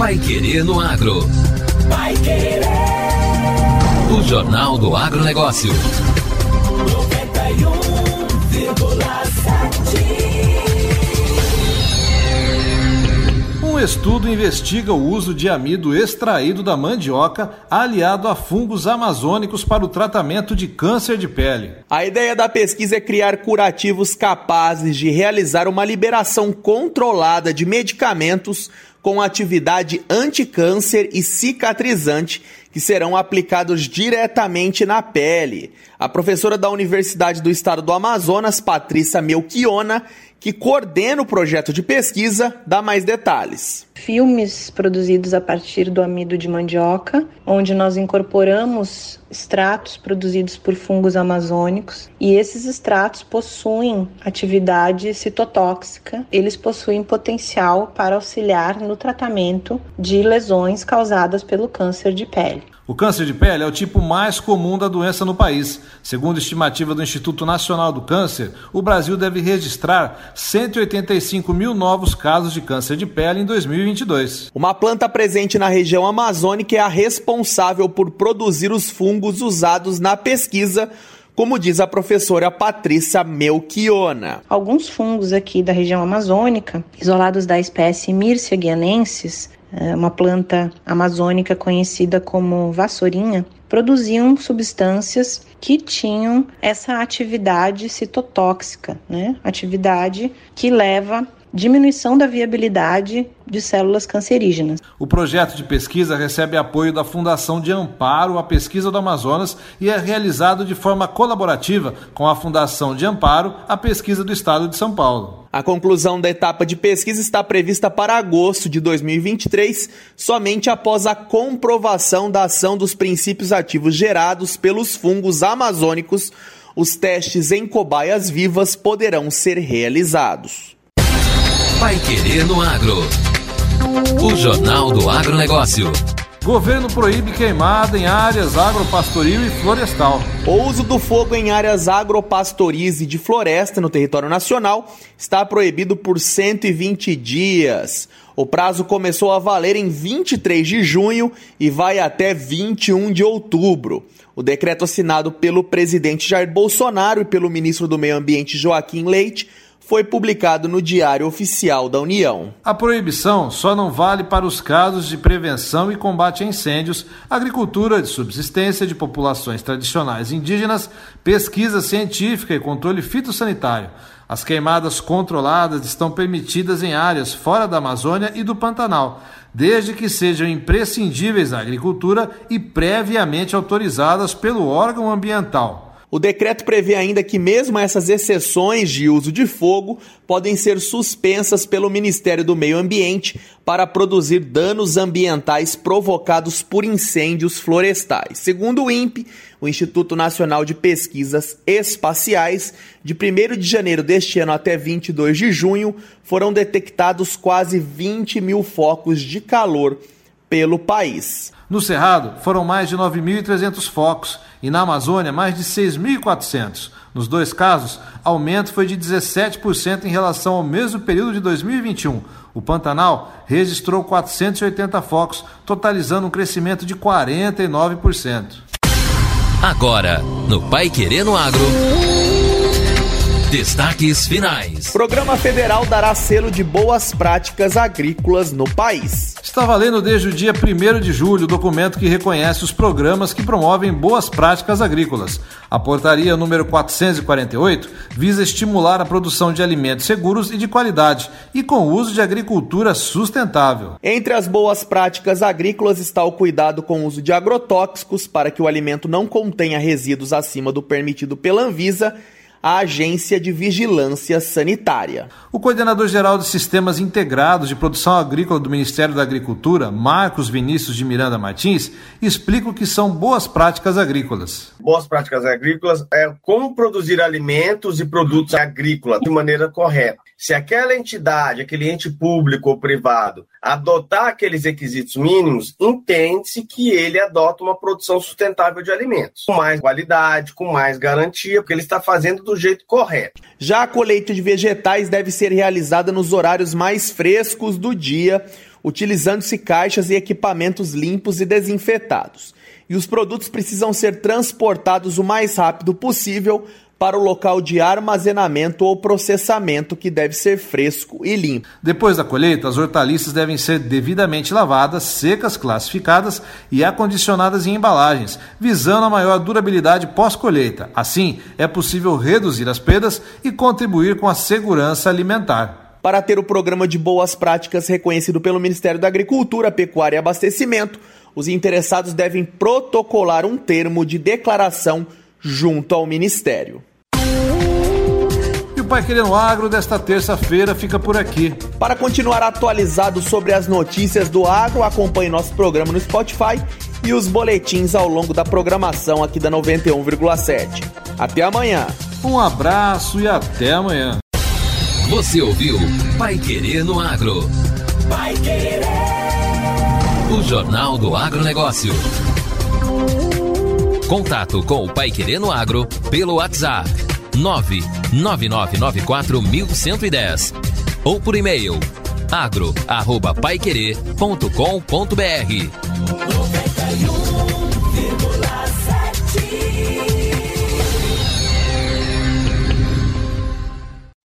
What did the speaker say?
Paiquerê no Agro. Paiquerê. O Jornal do Agronegócio. 91,7. Um estudo investiga o uso de amido extraído da mandioca aliado a fungos amazônicos para o tratamento de câncer de pele. A ideia da pesquisa é criar curativos capazes de realizar uma liberação controlada de medicamentos com atividade anticâncer e cicatrizante que serão aplicados diretamente na pele. A professora da Universidade do Estado do Amazonas, Patrícia Melchiona, que coordena o projeto de pesquisa, dá mais detalhes. Filmes produzidos a partir do amido de mandioca, onde nós incorporamos extratos produzidos por fungos amazônicos, e esses extratos possuem atividade citotóxica. Eles possuem potencial para auxiliar no tratamento de lesões causadas pelo câncer de pele. O câncer de pele é o tipo mais comum da doença no país. Segundo estimativa do Instituto Nacional do Câncer, o Brasil deve registrar 185 mil novos casos de câncer de pele em 2022. Uma planta presente na região amazônica é a responsável por produzir os fungos usados na pesquisa, como diz a professora Patrícia Melchiona. Alguns fungos aqui da região amazônica, isolados da espécie Myrcia guianensis, uma planta amazônica conhecida como vassourinha, produziam substâncias que tinham essa atividade citotóxica, atividade que leva à diminuição da viabilidade de células cancerígenas. O projeto de pesquisa recebe apoio da Fundação de Amparo à Pesquisa do Amazonas e é realizado de forma colaborativa com a Fundação de Amparo à Pesquisa do Estado de São Paulo. A conclusão da etapa de pesquisa está prevista para agosto de 2023, somente após a comprovação da ação dos princípios ativos gerados pelos fungos amazônicos. Os testes em cobaias vivas poderão ser realizados. Paiquerê no Agro. O Jornal do Agronegócio. Governo proíbe queimada em áreas agropastoril e florestal. O uso do fogo em áreas agropastoris e de floresta no território nacional está proibido por 120 dias. O prazo começou a valer em 23 de junho e vai até 21 de outubro. O decreto assinado pelo presidente Jair Bolsonaro e pelo ministro do Meio Ambiente Joaquim Leite foi publicado no Diário Oficial da União. A proibição só não vale para os casos de prevenção e combate a incêndios, agricultura de subsistência de populações tradicionais indígenas, pesquisa científica e controle fitossanitário. As queimadas controladas estão permitidas em áreas fora da Amazônia e do Pantanal, desde que sejam imprescindíveis à agricultura e previamente autorizadas pelo órgão ambiental. O decreto prevê ainda que mesmo essas exceções de uso de fogo podem ser suspensas pelo Ministério do Meio Ambiente para produzir danos ambientais provocados por incêndios florestais. Segundo o INPE, o Instituto Nacional de Pesquisas Espaciais, de 1º de janeiro deste ano até 22 de junho, foram detectados quase 20 mil focos de calor pelo país. No Cerrado, foram mais de 9.300 focos e na Amazônia, mais de 6.400. Nos dois casos, aumento foi de 17% em relação ao mesmo período de 2021. O Pantanal registrou 480 focos, totalizando um crescimento de 49%. Agora, no Paiquerê no Agro, destaques finais. Programa Federal dará selo de boas práticas agrícolas no país. Está valendo desde o dia 1º de julho o documento que reconhece os programas que promovem boas práticas agrícolas. A portaria número 448 visa estimular a produção de alimentos seguros e de qualidade e com o uso de agricultura sustentável. Entre as boas práticas agrícolas está o cuidado com o uso de agrotóxicos para que o alimento não contenha resíduos acima do permitido pela Anvisa, a Agência de Vigilância Sanitária. O coordenador-geral de Sistemas Integrados de Produção Agrícola do Ministério da Agricultura, Marcos Vinícius de Miranda Martins, explica o que são boas práticas agrícolas. Boas práticas agrícolas é como produzir alimentos e produtos agrícolas de maneira correta, Se aquela entidade, aquele ente público ou privado, adotar aqueles requisitos mínimos, entende-se que ele adota uma produção sustentável de alimentos, com mais qualidade, com mais garantia, porque ele está fazendo do jeito correto. Já a colheita de vegetais deve ser realizada nos horários mais frescos do dia, utilizando-se caixas e equipamentos limpos e desinfetados. E os produtos precisam ser transportados o mais rápido possível para o local de armazenamento ou processamento, que deve ser fresco e limpo. Depois da colheita, as hortaliças devem ser devidamente lavadas, secas, classificadas e acondicionadas em embalagens, visando a maior durabilidade pós-colheita. Assim, é possível reduzir as perdas e contribuir com a segurança alimentar. Para ter o programa de boas práticas reconhecido pelo Ministério da Agricultura, Pecuária e Abastecimento, os interessados devem protocolar um termo de declaração junto ao Ministério. E o Pai Querendo Agro desta terça-feira fica por aqui. Para continuar atualizado sobre as notícias do agro, acompanhe nosso programa no Spotify e os boletins ao longo da programação aqui da 91,7. Até amanhã. Um abraço e até amanhã. Você ouviu Pai Querer no Agro. Pai Querer. O Jornal do Agronegócio. Contato com o Pai Querer no Agro pelo WhatsApp 999941110 ou por e-mail agro@paiquerer.com.br.